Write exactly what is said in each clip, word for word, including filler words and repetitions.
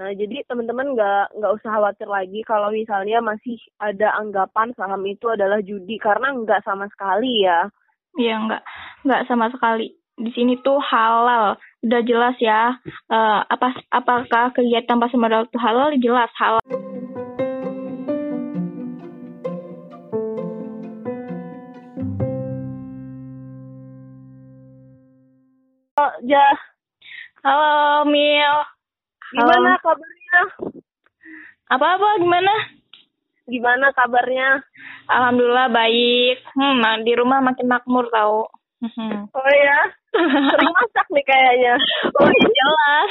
Nah, jadi teman-teman nggak nggak usah khawatir lagi kalau misalnya masih ada anggapan saham itu adalah judi, karena nggak sama sekali ya. Iya, nggak nggak sama sekali. Di sini tuh halal, udah jelas ya. Eh, apa apakah kegiatan pasar modal itu halal? Jelas halal. Oh, Jah, Halo Mil, gimana kabarnya? apa-apa gimana? Gimana kabarnya? Alhamdulillah baik. Hmm, ma- di rumah makin makmur tau. Hmm. Oh ya, sering masak nih kayaknya. Oh jelas.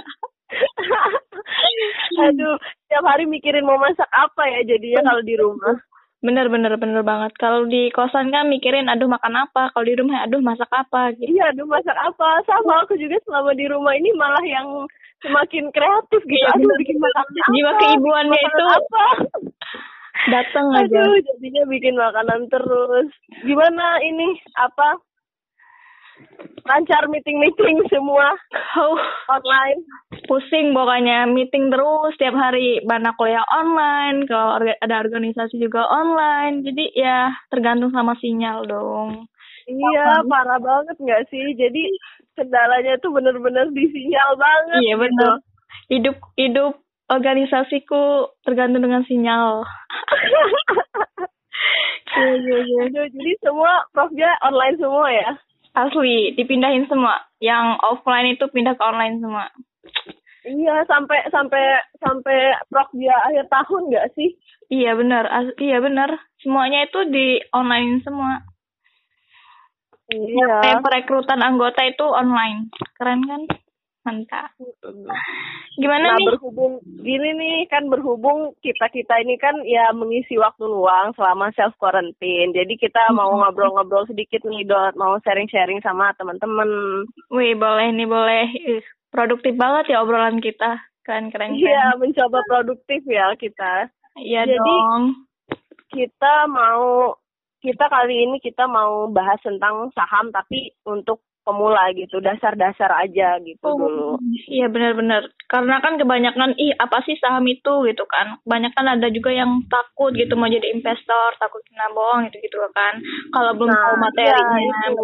Aduh, tiap hari mikirin mau masak apa ya jadinya kalau di rumah. Bener bener bener banget. Kalau di kosan kan mikirin aduh makan apa. Kalau di rumah aduh masak apa gitu. Iya, aduh masak apa? Sama aku juga selama di rumah ini malah yang semakin kreatif gitu. Iya, Aduh bener, bikin bener. makanan apa? Jiwa keibuannya Makanan itu apa? datang aja. Aduh, jadinya bikin makanan terus. Gimana ini apa? Lancar meeting-meeting semua Oh, online. pusing pokoknya, meeting terus setiap hari, mana kuliah online, kalau orga- ada organisasi juga online. Jadi ya tergantung sama sinyal dong. Iya, parah banget nggak sih? Jadi kendalanya tuh bener-bener di sinyal banget. Iya gitu. benar. Hidup hidup organisasiku tergantung dengan sinyal. Iya iya iya. Aduh, jadi semua profnya online semua ya? Asli, dipindahin semua. Yang offline itu pindah ke online semua. Iya, sampai sampai sampai prof dia akhir tahun nggak sih? Iya benar, As- iya benar. Semuanya itu di online semua. Iya. Sampai perekrutan anggota itu online. Keren kan? Mantap. Gimana Nah, nih? berhubung gini nih, kan berhubung kita-kita ini kan ya mengisi waktu luang selama self quarantine. Jadi kita mau ngobrol-ngobrol sedikit nih, Dot, mau sharing-sharing sama teman-teman. Wih, boleh nih, boleh. Ih, produktif banget ya obrolan kita. Keren-keren. Iya, mencoba produktif ya kita. Iya Jadi, dong. Kita mau kita kali ini kita mau bahas tentang saham tapi untuk pemula gitu, dasar-dasar aja gitu Oh, dulu. iya benar-benar. Karena kan kebanyakan, ih apa sih saham itu gitu kan. Kebanyakan ada juga yang takut gitu mau jadi investor, takut kena bohong gitu-gitu kan. Kalau belum tahu Nah, materinya. iya, itu.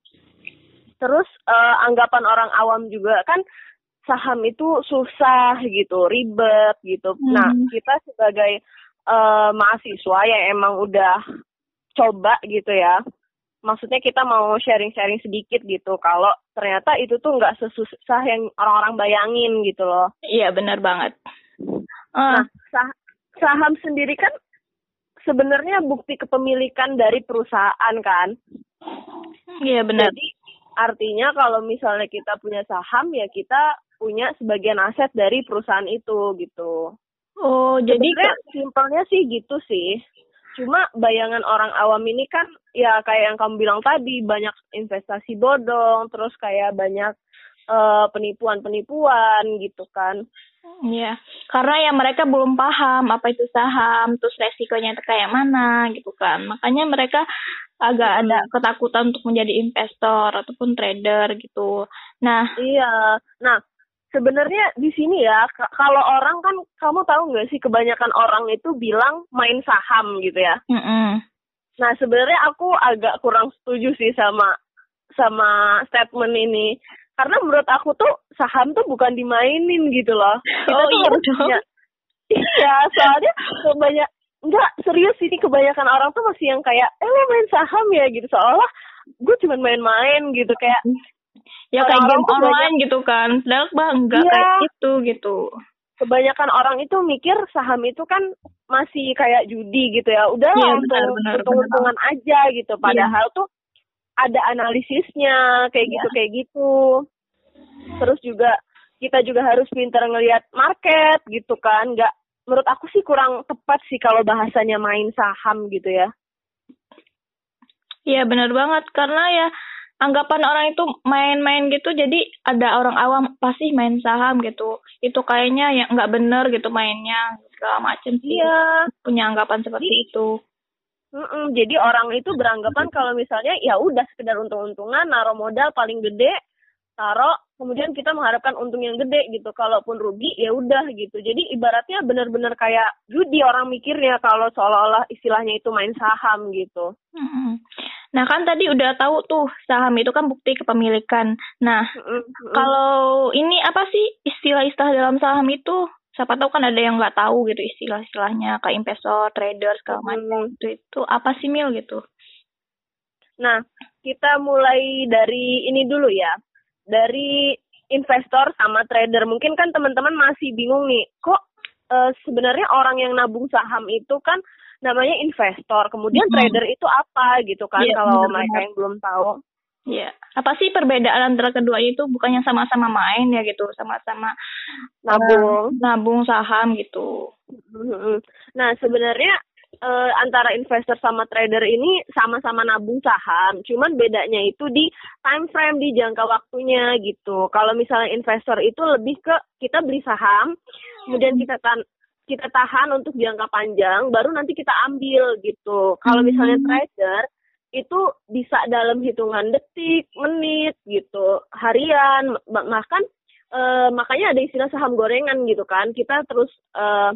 Terus eh, anggapan orang awam juga kan saham itu susah gitu, ribet gitu. Hmm. Nah, kita sebagai eh, mahasiswa yang emang udah coba gitu ya. Maksudnya kita mau sharing-sharing sedikit gitu. Kalau ternyata itu tuh nggak sesusah yang orang-orang bayangin gitu loh. Iya benar banget. Uh. Nah, sah- saham sendiri kan sebenarnya bukti kepemilikan dari perusahaan kan. Iya benar. Jadi artinya kalau misalnya kita punya saham ya kita punya sebagian aset dari perusahaan itu gitu. Oh, jadi sebenarnya simpelnya sih gitu sih. Cuma bayangan orang awam ini kan ya kayak yang kamu bilang tadi, banyak investasi bodong, terus kayak banyak uh, penipuan-penipuan gitu kan. Iya, karena ya mereka belum paham apa itu saham, terus resikonya itu kayak mana gitu kan. Makanya mereka agak ada ketakutan untuk menjadi investor ataupun trader gitu. Nah, iya. Nah, sebenarnya di sini ya, k- kalau orang kan, kamu tahu nggak sih kebanyakan orang itu bilang main saham gitu ya. mm-mm. Nah, sebenarnya aku agak kurang setuju sih sama sama statement ini. Karena menurut aku tuh saham tuh bukan dimainin gitu loh. Kita Oh, tuh iya harus dong. punya. Iya, soalnya kebanyak enggak serius ini kebanyakan orang tuh masih yang kayak eh lo main saham ya gitu, seolah gue cuma main-main gitu kayak ya kayak orang-orang game tuh online banyak- gitu kan. Padahal bang enggak Iya. kayak gitu gitu. kebanyakan orang itu mikir saham itu kan masih kayak judi gitu ya. Udah Iya, langsung benar, benar, untung-untungan aja gitu. Padahal tuh ada analisisnya kayak Iya. gitu kayak gitu. Terus juga kita juga harus pintar ngelihat market gitu kan. Nggak, menurut aku sih kurang tepat sih kalau bahasanya main saham gitu ya. Iya benar banget, karena ya anggapan orang itu main-main gitu, jadi ada orang awam pasti main saham gitu. Itu kayaknya ya nggak bener gitu mainnya, segala macam sih. Iya. Punya anggapan seperti itu. Mm-mm, jadi orang itu beranggapan kalau misalnya ya udah sekedar untung-untungan, naruh modal paling gede, taruh kemudian kita mengharapkan untung yang gede gitu. Kalaupun rugi ya udah gitu. Jadi ibaratnya benar-benar kayak judi orang mikirnya kalau seolah-olah istilahnya itu main saham gitu. Mm-mm. Nah kan tadi udah tahu tuh saham itu kan bukti kepemilikan. Nah Mm-mm, mm-mm. kalau ini apa sih istilah-istilah dalam saham itu? Siapa tahu kan ada yang nggak tahu gitu istilah-istilahnya kayak investor, trader segala macam. Mm-mm. Itu itu apa sih Mil gitu? Nah, kita mulai dari ini dulu ya. Dari investor sama trader. Mungkin kan teman-teman masih bingung nih, kok e, sebenarnya orang yang nabung saham itu kan namanya investor. Kemudian Mm-hmm. trader itu apa gitu kan, Iya, kalau benar-benar. mereka yang belum tahu. Iya. Apa sih perbedaan antara keduanya itu? Bukannya sama-sama main ya gitu, sama-sama Nabung. eh, nabung saham gitu. Mm-mm. Nah, sebenarnya eh, antara investor sama trader ini sama-sama nabung saham, cuman bedanya itu di time frame, di jangka waktunya gitu. Kalau misalnya investor itu lebih ke kita beli saham, kemudian kita tan kita tahan untuk jangka panjang, baru nanti kita ambil gitu. Kalau misalnya trader itu bisa dalam hitungan detik, menit gitu, harian, bahkan eh, makanya ada istilah saham gorengan gitu kan. Kita terus eh,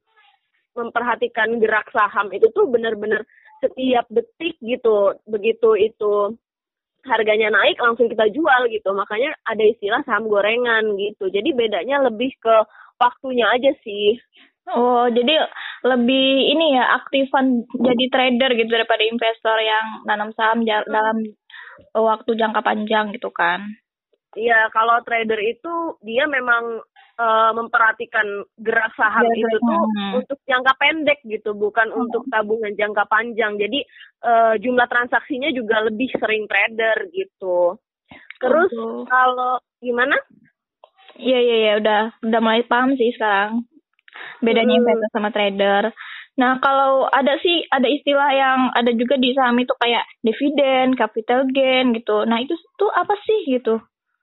memperhatikan gerak saham itu tuh benar-benar setiap detik gitu. Begitu itu harganya naik langsung kita jual gitu. Makanya ada istilah saham gorengan gitu. Jadi bedanya lebih ke waktunya aja sih. Oh, jadi lebih ini ya aktifan jadi trader gitu daripada investor yang nanam saham ja- dalam waktu jangka panjang gitu kan. Iya, kalau trader itu dia memang Uh, memperhatikan gerak saham Gerak itu tuh saham. untuk jangka pendek gitu, bukan Hmm. untuk tabungan jangka panjang. Jadi uh, jumlah transaksinya juga lebih sering trader gitu. Terus Oh. kalau gimana? Iya iya iya udah udah mulai paham sih sekarang bedanya Hmm. investor sama trader. Nah kalau ada sih ada istilah yang ada juga di saham itu kayak dividen, capital gain gitu. Nah itu tuh apa sih gitu?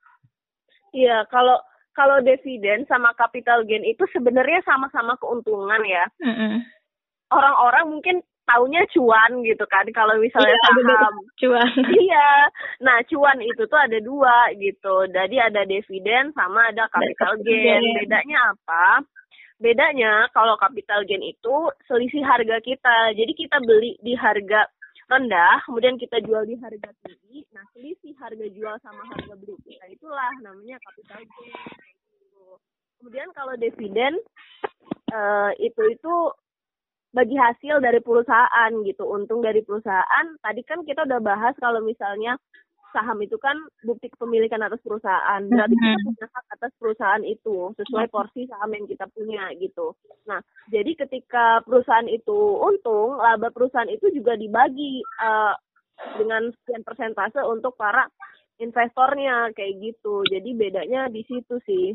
Iya, kalau kalau dividen sama capital gain itu sebenarnya sama-sama keuntungan ya. Mm-mm. Orang-orang mungkin taunya cuan gitu kan, kalau misalnya Iya, saham. Cuan. Iya, nah cuan itu tuh ada dua gitu. Jadi ada dividen sama ada capital gain. Bedanya apa? Bedanya kalau capital gain itu selisih harga kita. Jadi kita beli di harga rendah, kemudian kita jual di harga tinggi. Nah, selisih harga jual sama harga beli kita itulah namanya capital gain. Kemudian kalau dividen uh, itu itu bagi hasil dari perusahaan gitu, untung dari perusahaan. Tadi kan kita udah bahas kalau misalnya saham itu kan bukti kepemilikan atas perusahaan. Berarti kita punya hak atas perusahaan itu sesuai porsi saham yang kita punya gitu. Nah, jadi ketika perusahaan itu untung, laba perusahaan itu juga dibagi uh, dengan sekian persentase untuk para investornya kayak gitu. Jadi bedanya di situ sih.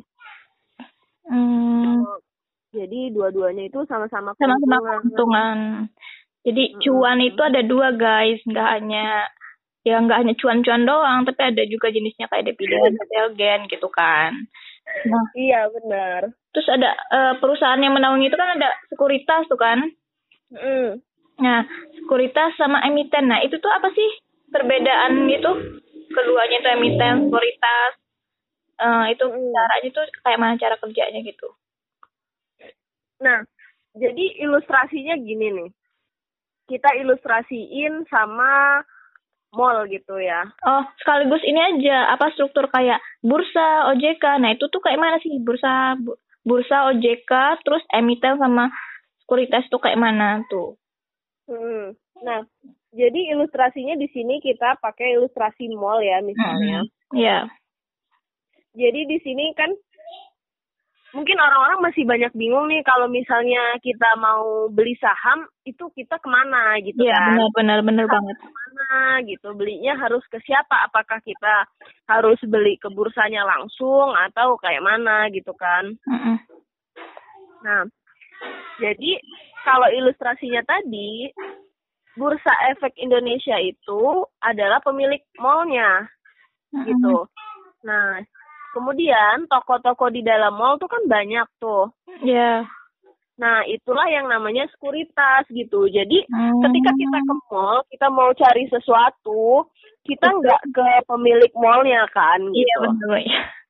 Hmm. Jadi dua-duanya itu sama-sama Sama-sama keuntungan. Jadi cuan mm-hmm. itu ada dua guys, nggak hanya ya nggak hanya cuan-cuan doang, tapi ada juga jenisnya kayak dividen, capital gain gitu kan. Nah, iya benar. Terus ada uh, perusahaan yang menaungi itu kan ada sekuritas tuh kan. Mm. Nah, sekuritas sama emiten. Nah, itu tuh apa sih perbedaan itu? Keduanya itu emiten, sekuritas. Uh, itu mm. caranya tuh kayak mana cara kerjanya gitu. Nah, jadi ilustrasinya gini nih. Kita ilustrasiin sama mall gitu ya. Oh, sekaligus ini aja, apa struktur kayak bursa, O J K. Nah, itu tuh kayak mana sih bursa bursa O J K, terus emiten sama sekuritas tuh kayak mana tuh? Hmm. Nah, jadi ilustrasinya di sini kita pakai ilustrasi mall ya misalnya. Iya. Mm-hmm. Yeah. Jadi di sini kan mungkin orang-orang masih banyak bingung nih kalau misalnya kita mau beli saham itu kita kemana gitu ya, kan? Iya benar benar banget. Kemana gitu belinya harus ke siapa? Apakah kita harus beli ke bursanya langsung atau kayak mana gitu kan? Mm-mm. Nah, jadi kalau ilustrasinya tadi Bursa Efek Indonesia itu adalah pemilik mallnya mm-hmm. gitu. Nah. Kemudian toko-toko di dalam mall tuh kan banyak tuh. Iya. Yeah. Nah, itulah yang namanya sekuritas gitu. Jadi hmm. ketika kita ke mall, kita mau cari sesuatu, kita nggak ke pemilik mallnya kan gitu. Iya, benar.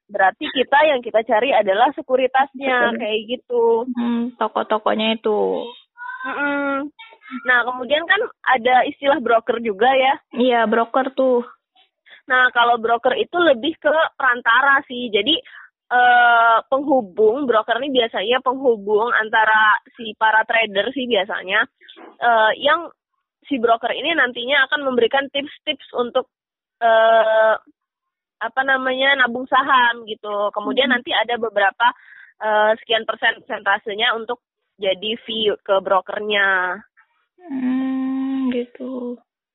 berarti kita yang kita cari adalah sekuritasnya, Betul. kayak gitu. Hmm, toko-tokonya itu. Mm-mm. Nah, kemudian kan ada istilah broker juga ya. Iya, broker tuh. Nah, kalau broker itu lebih ke perantara sih. Jadi eh, penghubung, broker ini biasanya penghubung antara si para trader sih biasanya, eh, yang si broker ini nantinya akan memberikan tips-tips untuk eh, apa namanya nabung saham gitu. Kemudian nanti ada beberapa eh, sekian persen persentasenya untuk jadi fee ke brokernya. Hmm, gitu.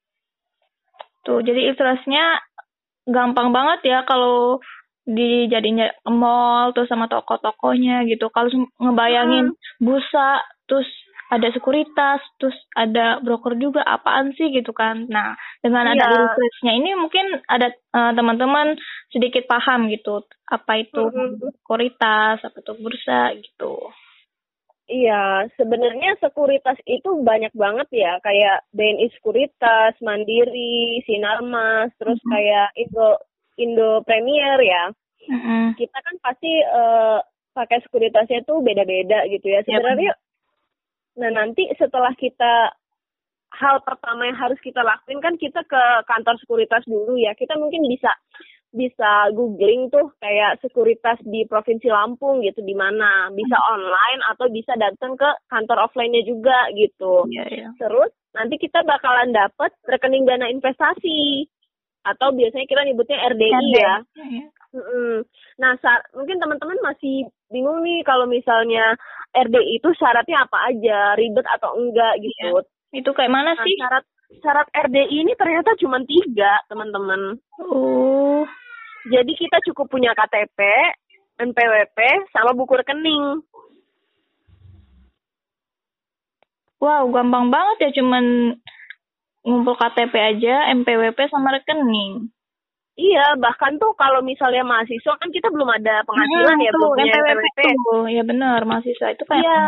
Tuh, jadi ilustrasinya gampang banget ya kalau dijadinya mall terus sama toko-tokonya gitu. Kalau sem- ngebayangin bursa terus ada sekuritas terus ada broker juga apaan sih gitu kan. Nah, dengan ada Iya. ilustrasinya ini mungkin ada eh, teman-teman sedikit paham gitu apa itu Mm-mm. sekuritas, apa itu bursa gitu. Iya, sebenarnya sekuritas itu banyak banget ya, kayak B N I Sekuritas, Mandiri, Sinarmas, terus Mhm. kayak Indo Indo Premier ya. Mm-mm. Kita kan pasti eh, pakai sekuritasnya tuh beda-beda gitu ya. Ya, Sebenarnya, nah nanti setelah kita hal pertama yang harus kita lakuin kan kita ke kantor sekuritas dulu ya. Kita mungkin bisa bisa googling tuh kayak sekuritas di Provinsi Lampung gitu di mana, bisa online atau bisa datang ke kantor offline-nya juga gitu. Iya, iya. Terus nanti kita bakalan dapat rekening dana investasi atau biasanya kita nyebutnya R D I ya. Iya. Mm-mm. Nah, sa- mungkin teman-teman masih bingung nih kalau misalnya R D I itu syaratnya apa aja, ribet atau enggak gitu. Itu kayak mana Nah, sih? syarat syarat R D I ini ternyata cuma tiga, teman-teman. Oh, Jadi kita cukup punya K T P, N P W P, sama buku rekening. wow, gampang banget ya cuman ngumpul K T P aja, M P W P sama rekening. Iya, bahkan tuh kalau misalnya mahasiswa kan kita belum ada penghasilan Hmm, ya, tuh, belum punya M P W P N P W P. tuh. Ya benar, mahasiswa itu kayak Iya.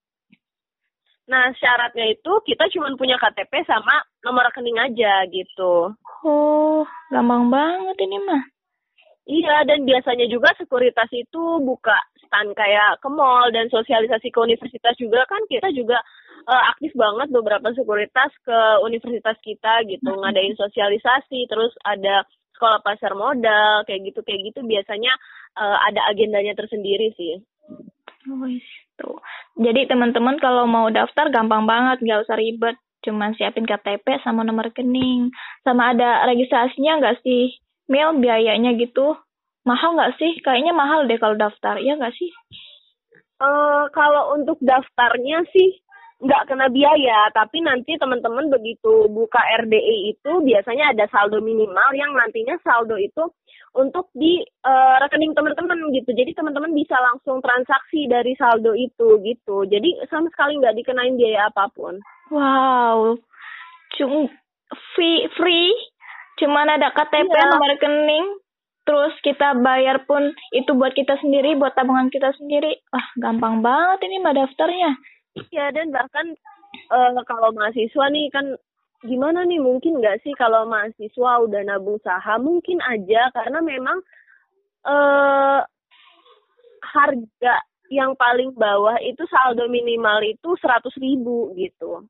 Nah, syaratnya itu kita cuma punya K T P sama nomor rekening aja gitu. oh, gampang banget ini mah. Iya, dan biasanya juga sekuritas itu buka stand kayak ke mall dan sosialisasi ke universitas juga kan kita juga uh, aktif banget beberapa sekuritas ke universitas kita gitu, ngadain sosialisasi, terus ada sekolah pasar modal, kayak gitu kayak gitu biasanya uh, ada agendanya tersendiri sih. Oh, itu. Jadi teman-teman kalau mau daftar gampang banget, nggak usah ribet. Cuman siapin K T P sama nomor rekening. Sama ada registrasinya nggak sih? Mil, biayanya gitu. Mahal nggak sih? Kayaknya mahal deh kalau daftar. Iya nggak sih? Uh, kalau untuk daftarnya sih nggak kena biaya, tapi nanti teman-teman begitu buka R D I itu biasanya ada saldo minimal yang nantinya saldo itu untuk di uh, rekening teman-teman gitu. Jadi teman-teman bisa langsung transaksi dari saldo itu gitu. Jadi sama sekali nggak dikenain biaya apapun. Wow, Cum free, free. Cuman ada K T P, Iya. nomor rekening. Terus kita bayar pun itu buat kita sendiri, buat tabungan kita sendiri. Wah, gampang banget ini mah daftarnya. Ya, dan bahkan uh, kalau mahasiswa nih kan gimana nih, mungkin nggak sih kalau mahasiswa udah nabung saham? Mungkin aja, karena memang uh, harga yang paling bawah itu saldo minimal itu seratus ribu gitu.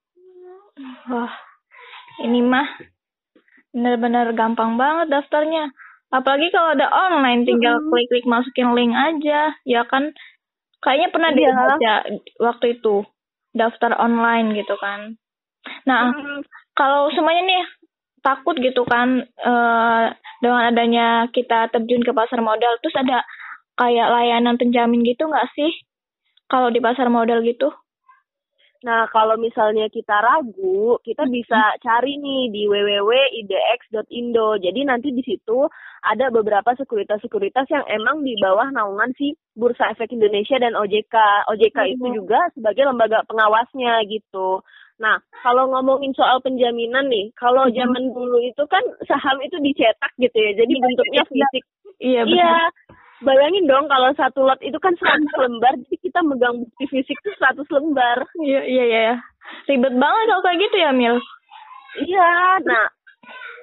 Wah, ini mah benar-benar gampang banget daftarnya. Apalagi kalau ada online, tinggal Mm-hmm. klik-klik masukin link aja. Ya kan, kayaknya pernah Iya. deh baca waktu itu daftar online gitu kan. Nah, Mm-hmm. kalau semuanya nih takut gitu kan uh, dengan adanya kita terjun ke pasar modal, terus ada kayak layanan penjamin gitu nggak sih kalau di pasar modal gitu? Nah, kalau misalnya kita ragu, kita bisa cari nih di w w w titik i d x titik indo. Jadi nanti di situ ada beberapa sekuritas-sekuritas yang emang di bawah naungan si Bursa Efek Indonesia dan O J K. O J K Hmm. itu juga sebagai lembaga pengawasnya gitu. Nah, kalau ngomongin soal penjaminan nih, kalau Hmm. zaman dulu itu kan saham itu dicetak gitu ya, jadi Iya, bentuknya iya. fisik. Iya, betul. Iya, bayangin dong kalau satu lot itu kan seratus lembar, jadi kita megang bukti fisik tuh seratus lembar. Iya, iya, iya. Ribet banget kalau kayak gitu ya, Mil. Iya, nah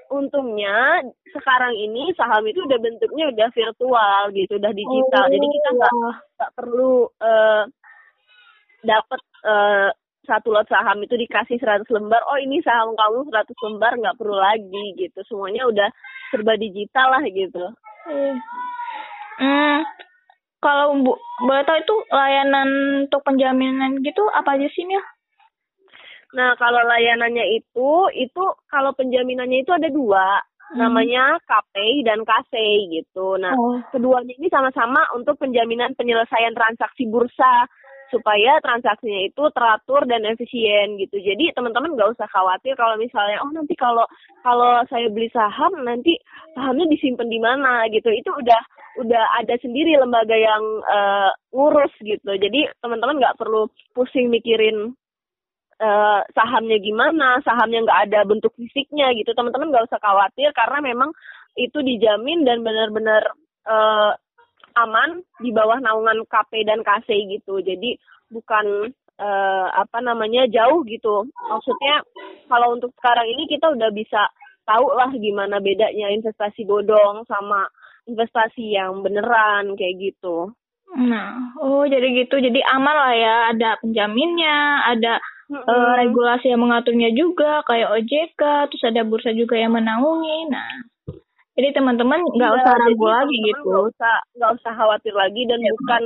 untungnya sekarang ini saham itu udah bentuknya udah virtual gitu, udah digital. Oh. Jadi kita nggak nggak perlu uh, dapat uh, satu lot saham itu dikasih seratus lembar, oh ini saham kamu seratus lembar, nggak perlu lagi gitu. Semuanya udah serba digital lah gitu. Hmm. Hmm. Kalau Bu, boleh tahu itu layanan untuk penjaminan gitu apa aja sih, Mil? Nah, kalau layanannya itu, itu kalau penjaminannya itu ada dua, hmm. namanya K P I dan K S E I gitu. Nah, oh. keduanya ini sama-sama untuk penjaminan penyelesaian transaksi bursa, supaya transaksinya itu teratur dan efisien gitu. Jadi teman-teman nggak usah khawatir kalau misalnya, oh nanti kalau kalau saya beli saham, nanti sahamnya disimpan di mana gitu. Itu udah udah ada sendiri lembaga yang uh, ngurus gitu. Jadi teman-teman nggak perlu pusing mikirin uh, sahamnya gimana, sahamnya nggak ada bentuk fisiknya gitu. Teman-teman nggak usah khawatir karena memang itu dijamin dan benar-benar uh, aman di bawah naungan K P dan K S E I gitu. Jadi bukan uh, apa namanya jauh gitu. Maksudnya kalau untuk sekarang ini kita udah bisa tahu lah gimana bedanya investasi bodong sama investasi yang beneran kayak gitu. Nah, oh jadi gitu. Jadi aman lah ya, ada penjaminnya, ada mm-hmm. uh, regulasi yang mengaturnya juga kayak O J K, terus ada bursa juga yang menaungi. Nah, jadi teman-teman nggak usah ragu lagi gitu. Nggak usah nggak usah khawatir lagi dan ya, bukan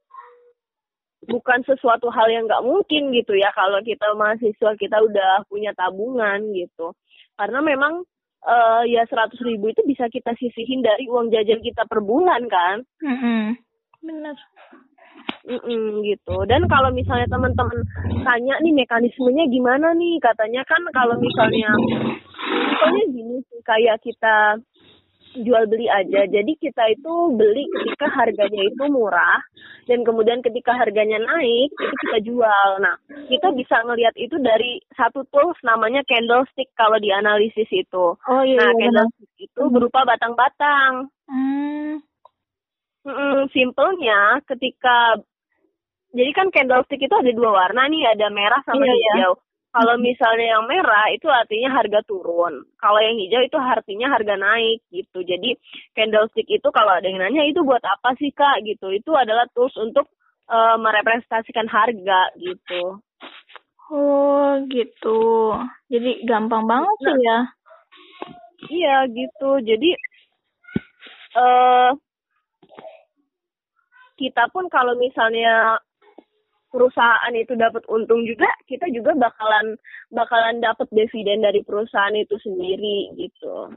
bukan sesuatu hal yang nggak mungkin gitu ya kalau kita mahasiswa kita udah punya tabungan gitu. Karena memang uh, ya seratus ribu itu bisa kita sisihin dari uang jajan kita per bulan kan. Mm-hmm. Benar. Mm-mm, gitu. Dan kalau misalnya teman-teman tanya nih mekanismenya gimana nih, katanya kan kalau misalnya misalnya gini sih kayak kita jual beli aja. Jadi kita itu beli ketika harganya itu murah dan kemudian ketika harganya naik itu kita jual. Nah, kita bisa ngelihat itu dari satu tools namanya candlestick kalau di analisis itu. Oh iya. Nah, iya candlestick benar. Itu berupa batang-batang. Hmm. Hmm, simpelnya ketika jadi kan candlestick itu ada dua warna nih, ada merah sama iya, hijau. Iya. Kalau misalnya yang merah itu artinya harga turun. Kalau yang hijau itu artinya harga naik gitu. Jadi candlestick itu kalau ada yang nanya itu buat apa sih Kak gitu. Itu adalah tools untuk uh, merepresentasikan harga gitu. Oh gitu. Jadi gampang banget sih ya. Iya gitu. Jadi uh, kita pun kalau misalnya perusahaan itu dapat untung juga, kita juga bakalan bakalan dapat dividen dari perusahaan itu sendiri gitu.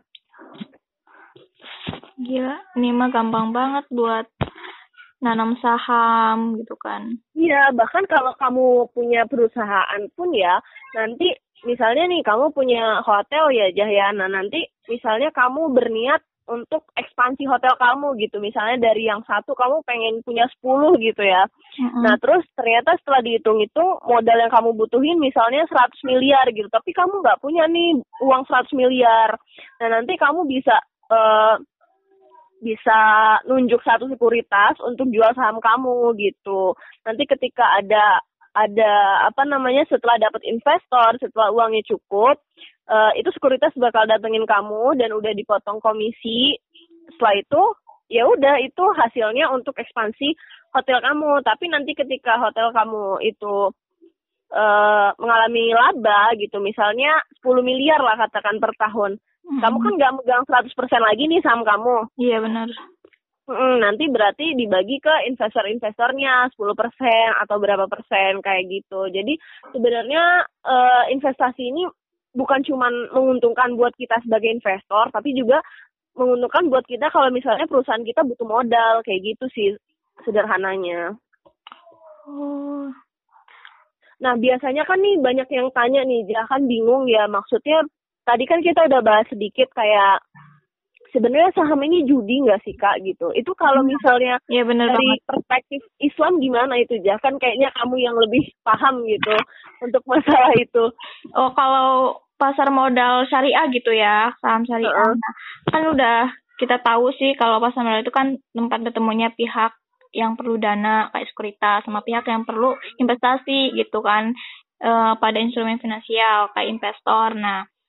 Gila, ini mah gampang banget buat nanam saham gitu kan. Iya, bahkan kalau kamu punya perusahaan pun ya, nanti misalnya nih kamu punya hotel ya Jahyana, nanti misalnya kamu berniat untuk ekspansi hotel kamu gitu, misalnya dari yang satu kamu pengen punya sepuluh gitu ya. Mm-hmm. Nah terus ternyata setelah dihitung-hitung modal yang kamu butuhin misalnya seratus miliar gitu, tapi kamu nggak punya nih uang seratus miliar. Nah nanti kamu bisa uh, bisa nunjuk satu sekuritas untuk jual saham kamu gitu. Nanti ketika ada ada apa namanya setelah dapat investor, setelah uangnya cukup, uh, itu sekuritas bakal datengin kamu dan udah dipotong komisi. Setelah itu ya udah itu hasilnya untuk ekspansi hotel kamu. Tapi nanti ketika hotel kamu itu uh, mengalami laba gitu, misalnya sepuluh miliar lah katakan per tahun, hmm. kamu kan nggak megang seratus persen lagi nih saham kamu. Iya benar. Hmm, nanti berarti dibagi ke investor-investornya sepuluh persen atau berapa persen kayak gitu. Jadi sebenarnya uh, investasi ini bukan cuma menguntungkan buat kita sebagai investor, tapi juga menguntungkan buat kita kalau misalnya perusahaan kita butuh modal kayak gitu sih sederhananya. Oh. Nah biasanya kan nih banyak yang tanya nih, jangan kan bingung ya, maksudnya tadi kan kita udah bahas sedikit kayak sebenarnya saham ini judi nggak sih Kak gitu. Itu kalau misalnya ya, bener dari banget. perspektif Islam gimana itu ya? Kan kayaknya kamu yang lebih paham gitu untuk masalah itu. Oh kalau pasar modal syariah gitu ya, saham syariah. Uh-uh. Nah, kan udah kita tahu sih kalau pasar modal itu kan tempat ketemunya pihak yang perlu dana kayak sekuritas sama pihak yang perlu investasi gitu kan uh, pada instrumen finansial kayak investor. Nah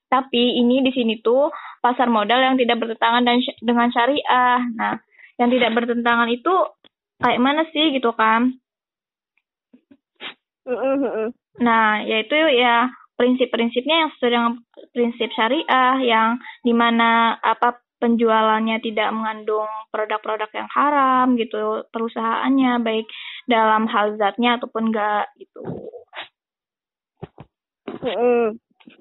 Tapi ini di sini tuh pasar modal yang tidak bertentangan dan sy- dengan syariah. Nah, yang tidak bertentangan itu kayak mana sih gitu kan? Mm-mm. Nah, yaitu ya prinsip-prinsipnya yang sesuai dengan prinsip syariah yang dimana apa penjualannya tidak mengandung produk-produk yang haram gitu, perusahaannya baik dalam hal zatnya ataupun enggak gitu. Mm-mm.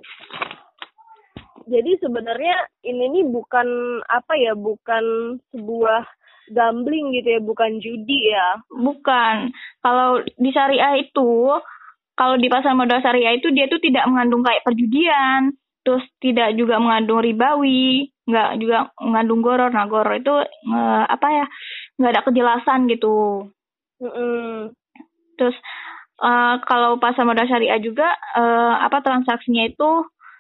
Jadi sebenarnya ini nih bukan apa ya, bukan sebuah gambling gitu ya, bukan judi ya. Bukan. Kalau di syariah itu, kalau di pasar modal syariah itu dia tuh tidak mengandung kayak perjudian, terus tidak juga mengandung ribawi, nggak juga mengandung goror. Nah, goror itu eh, apa ya? Nggak ada kejelasan gitu. Mm-mm. Terus eh, kalau pasar modal syariah juga eh, apa transaksinya itu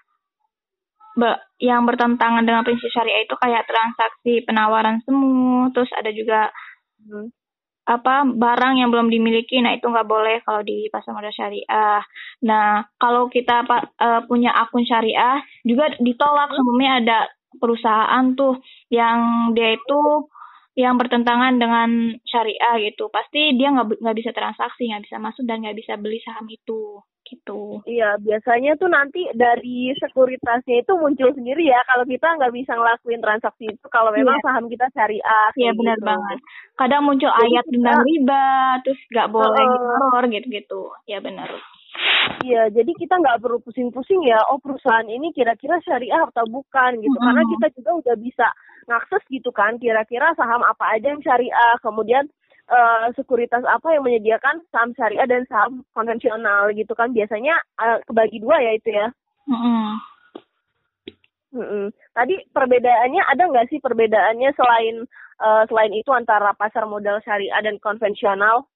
be- yang bertentangan dengan prinsip syariah itu kayak transaksi penawaran semu, terus ada juga Mm. apa barang yang belum dimiliki, nah itu nggak boleh kalau di pasar modal syariah. Nah kalau kita pa- eh, punya akun syariah juga ditolak. Sebelumnya ada perusahaan tuh yang dia itu yang bertentangan dengan syariah gitu, pasti dia nggak bi- nggak bisa transaksi, nggak bisa masuk dan nggak bisa beli saham itu gitu. Iya, biasanya tuh nanti dari sekuritasnya itu muncul sendiri ya kalau kita nggak bisa ngelakuin transaksi itu kalau memang Iya. saham kita syariah Iya kayak benar gitu. banget. Kadang muncul Jadi ayat kita, tentang riba, terus nggak boleh uh-uh. ngoror gitu-gitu. Ya benar. Iya, jadi kita nggak perlu pusing-pusing ya, oh perusahaan ini kira-kira syariah atau bukan gitu. Karena Mm-mm. kita juga udah bisa ngakses gitu kan, kira-kira saham apa aja yang syariah, kemudian eh, sekuritas apa yang menyediakan saham syariah dan saham konvensional gitu kan. Biasanya eh, kebagi dua ya itu ya. Mm-mm. Mm-mm. Tadi perbedaannya ada nggak sih perbedaannya selain eh, selain itu antara pasar modal syariah dan konvensional?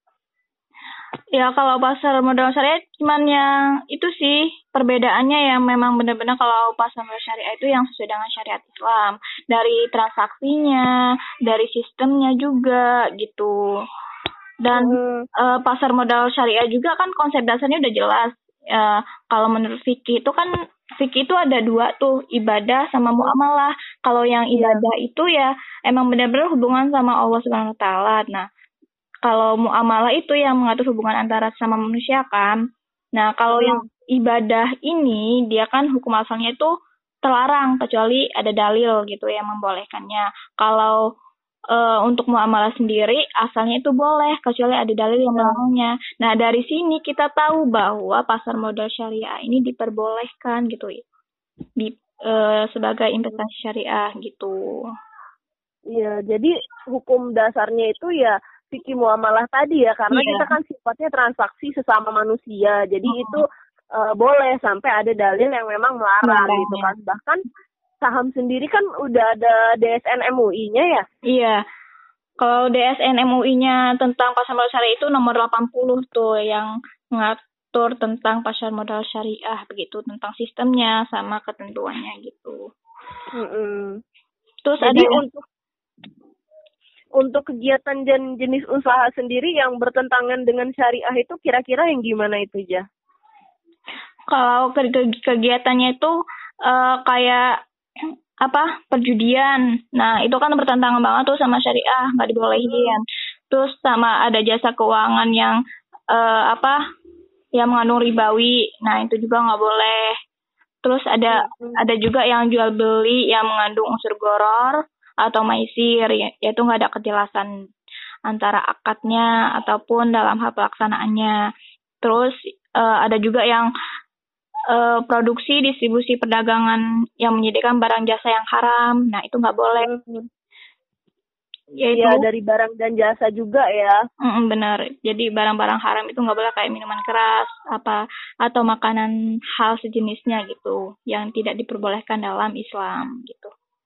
Ya kalau pasar modal syariah cuman yang itu sih perbedaannya yang memang benar-benar kalau pasar modal syariah itu yang sesuai dengan syariat Islam. Dari transaksinya, dari sistemnya juga gitu. Dan Mm. eh, pasar modal syariah juga kan konsep dasarnya udah jelas. Eh, kalau menurut fikih itu kan fikih itu ada dua tuh, ibadah sama muamalah. Kalau yang Iya. ibadah itu ya emang benar-benar hubungan sama Allah Subhanahu wa taala. Nah, kalau muamalah itu yang mengatur hubungan antara sama manusia kan. Nah, kalau Hmm. yang ibadah ini dia kan hukum asalnya itu terlarang kecuali ada dalil gitu yang membolehkannya. Kalau eh, untuk muamalah sendiri asalnya itu boleh kecuali ada dalil yang Ya. melarangnya. Nah, dari sini kita tahu bahwa pasar modal syariah ini diperbolehkan gitu di eh, sebagai investasi syariah gitu. Iya, jadi hukum dasarnya itu ya fikih muamalah tadi ya, karena Iya. kita kan sifatnya transaksi sesama manusia. Jadi Hmm. itu eh, boleh sampai ada dalil yang memang melarang Melarang, gitu ya. kan. Bahkan saham sendiri kan udah ada D S N M U I-nya ya. Iya. Kalau D S N M U I-nya tentang pasar modal syariah itu nomor delapan puluh tuh yang ngatur tentang pasar modal syariah begitu, tentang sistemnya sama ketentuannya gitu. Mm-mm. Terus Jadi ada untuk untuk kegiatan dan jenis usaha sendiri yang bertentangan dengan syariah itu kira-kira yang gimana itu ya? kalau ke- ke- kegiatannya itu eh, kayak apa perjudian. Nah itu kan bertentangan banget tuh sama syariah, nggak dibolehin. Terus sama ada jasa keuangan yang eh, apa yang mengandung ribawi. Nah itu juga nggak boleh. Terus ada Hmm. ada juga yang jual beli yang mengandung unsur goror atau maisir, ya- yaitu nggak ada kejelasan antara akadnya ataupun dalam hal pelaksanaannya. Terus eh, ada juga yang eh, produksi, distribusi, perdagangan yang menyediakan barang jasa yang haram. Nah itu nggak boleh. Hmm. Yaitu Iya, dari barang dan jasa juga ya. mm, benar. Jadi barang-barang haram itu nggak boleh kayak minuman keras apa atau makanan hal sejenisnya gitu yang tidak diperbolehkan dalam Islam gitu.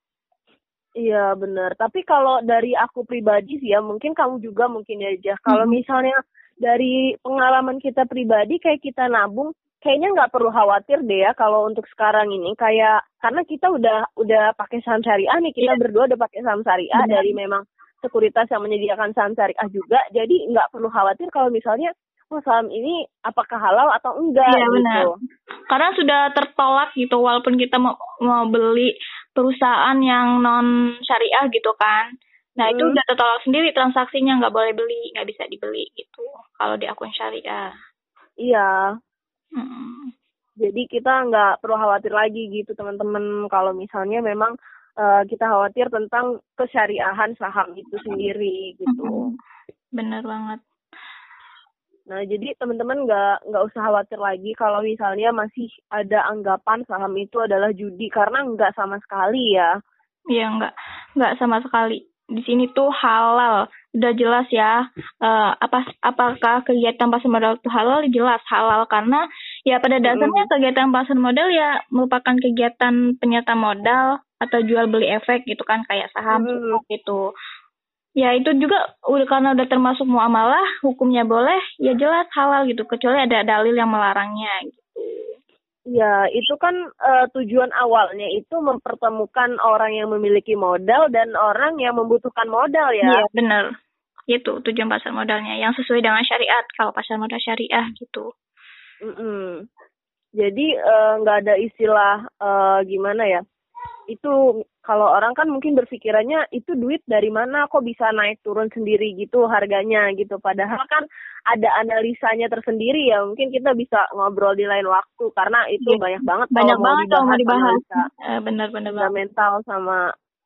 Iya benar. Tapi kalau dari aku pribadi sih ya, mungkin kamu juga mungkin aja. Kalau Mm-mm. misalnya dari pengalaman kita pribadi kayak kita nabung, kayaknya nggak perlu khawatir deh ya kalau untuk sekarang ini. Kayak karena kita udah udah pakai saham syariah nih, kita Iya. berdua udah pakai saham syariah Benar. dari memang sekuritas yang menyediakan saham syariah juga. Jadi nggak perlu khawatir kalau misalnya oh saham ini apakah halal atau enggak Iya, gitu. benar. Karena sudah tertolak gitu, walaupun kita mau mau beli perusahaan yang non syariah gitu kan. Nah, itu Hmm. udah tertolak sendiri transaksinya, nggak boleh beli, nggak bisa dibeli gitu kalau di akun syariah. Iya. Mm. Jadi kita nggak perlu khawatir lagi gitu teman-teman kalau misalnya memang uh, kita khawatir tentang kesyariahan saham itu sendiri gitu. Mm-mm. Bener banget. Nah jadi teman-teman nggak nggak usah khawatir lagi kalau misalnya masih ada anggapan saham itu adalah judi, karena nggak sama sekali ya. Iya, nggak nggak sama sekali. Di sini tuh halal, udah jelas ya. Uh, apa apakah kegiatan pasar modal itu halal? Jelas halal, karena ya pada dasarnya Mm-mm. kegiatan pasar modal ya merupakan kegiatan penyerta modal atau jual beli efek gitu kan, kayak saham Mm-mm. gitu. Ya itu juga udah karena udah termasuk muamalah, hukumnya boleh, ya jelas halal gitu, kecuali ada dalil yang melarangnya gitu. Ya, itu kan uh, tujuan awalnya itu mempertemukan orang yang memiliki modal dan orang yang membutuhkan modal ya. Iya, benar. Itu tujuan pasar modalnya yang sesuai dengan syariat kalau pasar modal syariah gitu. Mm-mm. Jadi nggak uh, ada istilah uh, gimana ya? Itu kalau orang kan mungkin berpikirannya itu duit dari mana kok bisa naik turun sendiri gitu harganya gitu. Padahal kan ada analisanya tersendiri ya. Mungkin kita bisa ngobrol di lain waktu karena itu ya, banyak banget banyak kalau mau banget dibahas, kalau mau dibahas. Eh, benar-benar fundamental sama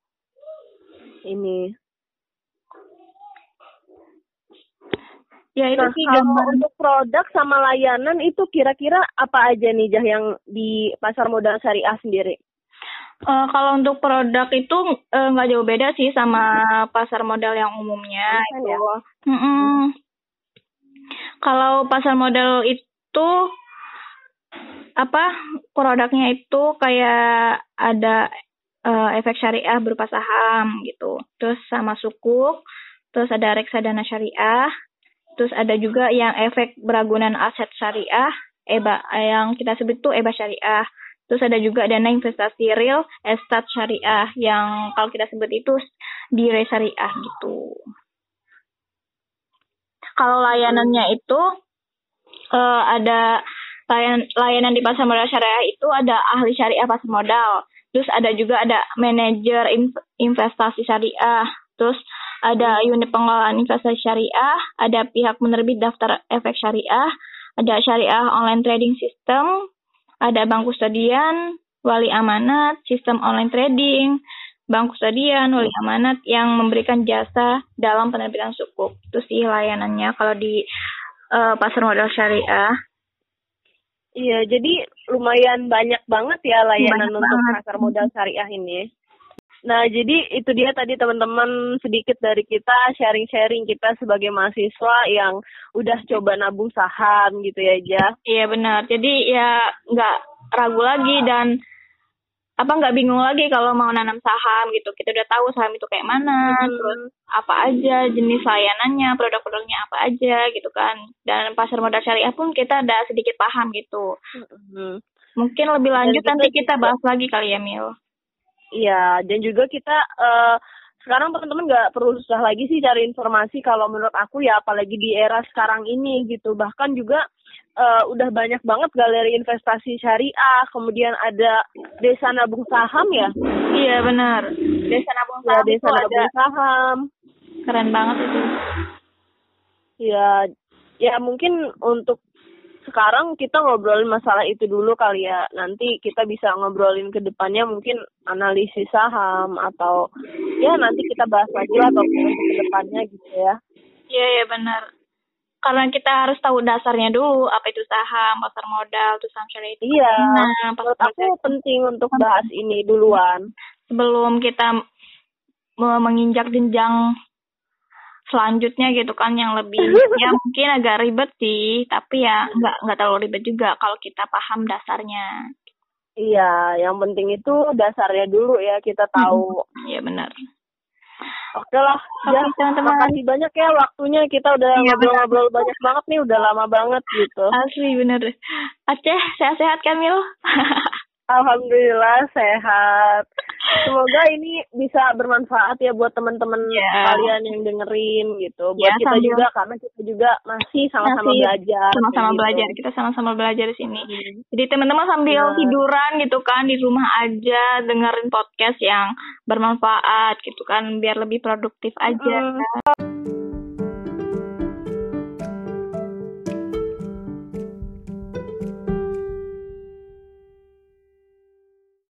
ini. Ya itu nah, sih kalau gambar. Untuk produk sama layanan itu kira-kira apa aja nih Jah yang di pasar modal syariah sendiri? Uh, kalau untuk produk itu nggak uh, jauh beda sih sama pasar modal yang umumnya. Itu. Ya? Mm-mm. Kalau pasar modal itu apa produknya itu kayak ada uh, efek syariah berupa saham gitu, terus sama sukuk, terus ada reksadana syariah, terus ada juga yang efek beragunan aset syariah, E B A yang kita sebut tuh E B A syariah. Terus ada juga dana investasi real estate syariah yang kalau kita sebut itu dire syariah gitu. Kalau layanannya itu uh, ada layan, layanan di pasar modal syariah itu ada ahli syariah pasar modal. Terus ada juga ada manajer investasi syariah. Terus ada unit pengelolaan investasi syariah, ada pihak penerbit daftar efek syariah, ada syariah online trading system, ada bank kustodian, wali amanat, sistem online trading, bank kustodian, wali amanat yang memberikan jasa dalam penerbitan sukuk. Itu sih layanannya kalau di uh, pasar modal syariah. Iya, jadi lumayan banyak banget ya layanan banyak untuk banget. pasar modal syariah ini. Nah, jadi itu dia tadi teman-teman sedikit dari kita sharing-sharing kita sebagai mahasiswa yang udah coba nabung saham gitu ya, Ja. Iya benar. Jadi ya nggak ragu lagi dan apa nggak bingung lagi kalau mau nanam saham gitu. Kita udah tahu saham itu kayak mana, hmm. terus apa aja jenis layanannya, produk-produknya apa aja gitu kan. Dan pasar modal syariah pun kita ada sedikit paham gitu. Hmm. Mungkin lebih lanjut kita nanti kita juga bahas lagi kali ya, Mil. Iya, dan juga kita uh, sekarang teman-teman nggak perlu susah lagi sih cari informasi kalau menurut aku ya, apalagi di era sekarang ini gitu. Bahkan juga uh, udah banyak banget galeri investasi syariah, kemudian ada desa nabung saham ya. Iya benar, desa nabung saham. Ya, desa nabung ada. saham. Keren banget itu. Ya, ya mungkin untuk sekarang kita ngobrolin masalah itu dulu kali ya. Nanti kita bisa ngobrolin ke depannya mungkin analisis saham atau ya nanti kita bahas lagi lah topik ke depannya gitu ya. Iya, iya benar. Karena kita harus tahu dasarnya dulu, apa itu saham, pasar modal, terus saham syariah itu. Iya, nah, menurut aku itu penting untuk bahas ini duluan. Sebelum kita menginjak jenjang selanjutnya gitu kan yang lebih ya mungkin agak ribet sih, tapi ya nggak nggak terlalu ribet juga kalau kita paham dasarnya. Iya, yang penting itu dasarnya dulu ya kita tahu. Iya hmm, benar. Oke lah, Oke, ya, teman-teman. Makasih banyak ya waktunya, kita udah ya, ngobrol-ngobrol banyak banget nih, udah lama banget gitu. Asli bener. Aceh sehat-sehat kan Mil? Alhamdulillah sehat. Semoga ini bisa bermanfaat ya buat teman-teman yeah. kalian yang dengerin gitu. Buat yeah, kita sambil, juga karena kita juga masih sama-sama masih belajar. Sama-sama gitu. belajar, kita sama-sama belajar di sini. Hmm. Jadi teman-teman sambil Nah. tiduran gitu kan di rumah aja dengerin podcast yang bermanfaat gitu kan biar lebih produktif aja. Hmm.